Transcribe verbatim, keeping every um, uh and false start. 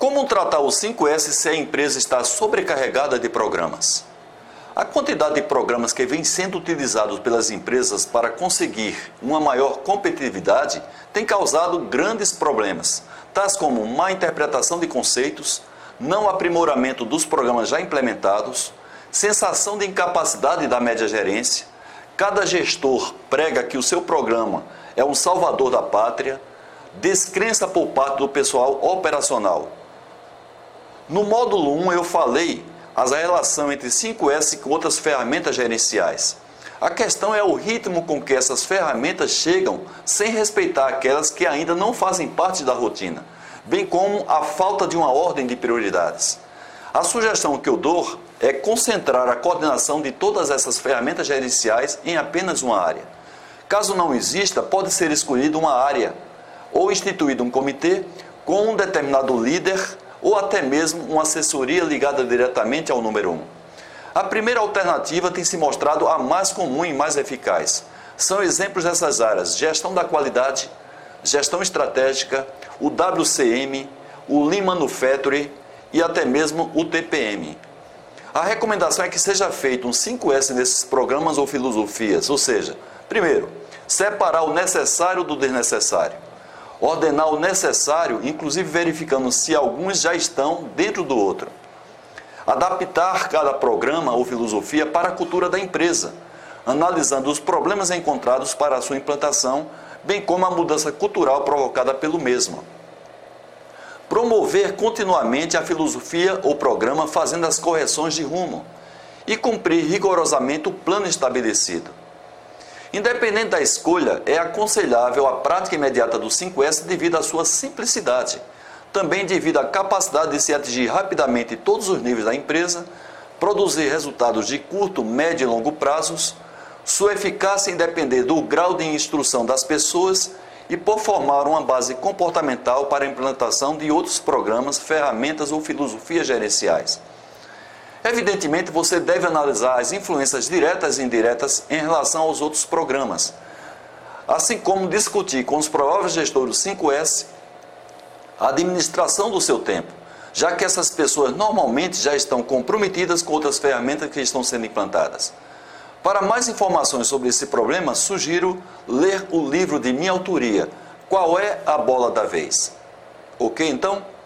Como tratar o cinco S se a empresa está sobrecarregada de programas? A quantidade de programas que vem sendo utilizados pelas empresas para conseguir uma maior competitividade tem causado grandes problemas, tais como má interpretação de conceitos, não aprimoramento dos programas já implementados, sensação de incapacidade da média gerência, cada gestor prega que o seu programa é um salvador da pátria, descrença por parte do pessoal operacional. No módulo um eu falei a relação entre cinco S com outras ferramentas gerenciais. A questão é o ritmo com que essas ferramentas chegam sem respeitar aquelas que ainda não fazem parte da rotina, bem como a falta de uma ordem de prioridades. A sugestão que eu dou é concentrar a coordenação de todas essas ferramentas gerenciais em apenas uma área. Caso não exista, pode ser escolhida uma área ou instituído um comitê com um determinado líder ou até mesmo uma assessoria ligada diretamente ao número um. A primeira alternativa tem se mostrado a mais comum e mais eficaz. São exemplos dessas áreas: gestão da qualidade, gestão estratégica, o W C M, o Lean Manufacturing e até mesmo o T P M. A recomendação é que seja feito um cinco S nesses programas ou filosofias, ou seja, primeiro, separar o necessário do desnecessário. Ordenar o necessário, inclusive verificando se alguns já estão dentro do outro. Adaptar cada programa ou filosofia para a cultura da empresa, analisando os problemas encontrados para a sua implantação, bem como a mudança cultural provocada pelo mesmo. Promover continuamente a filosofia ou programa fazendo as correções de rumo e cumprir rigorosamente o plano estabelecido. Independente da escolha, é aconselhável a prática imediata do cinco S devido à sua simplicidade, também devido à capacidade de se atingir rapidamente todos os níveis da empresa, produzir resultados de curto, médio e longo prazos, sua eficácia em depender do grau de instrução das pessoas e por formar uma base comportamental para a implantação de outros programas, ferramentas ou filosofias gerenciais. Evidentemente, você deve analisar as influências diretas e indiretas em relação aos outros programas, assim como discutir com os prováveis gestores do cinco S a administração do seu tempo, já que essas pessoas normalmente já estão comprometidas com outras ferramentas que estão sendo implantadas. Para mais informações sobre esse problema, sugiro ler o livro de minha autoria, Qual é a Bola da Vez? Ok, então?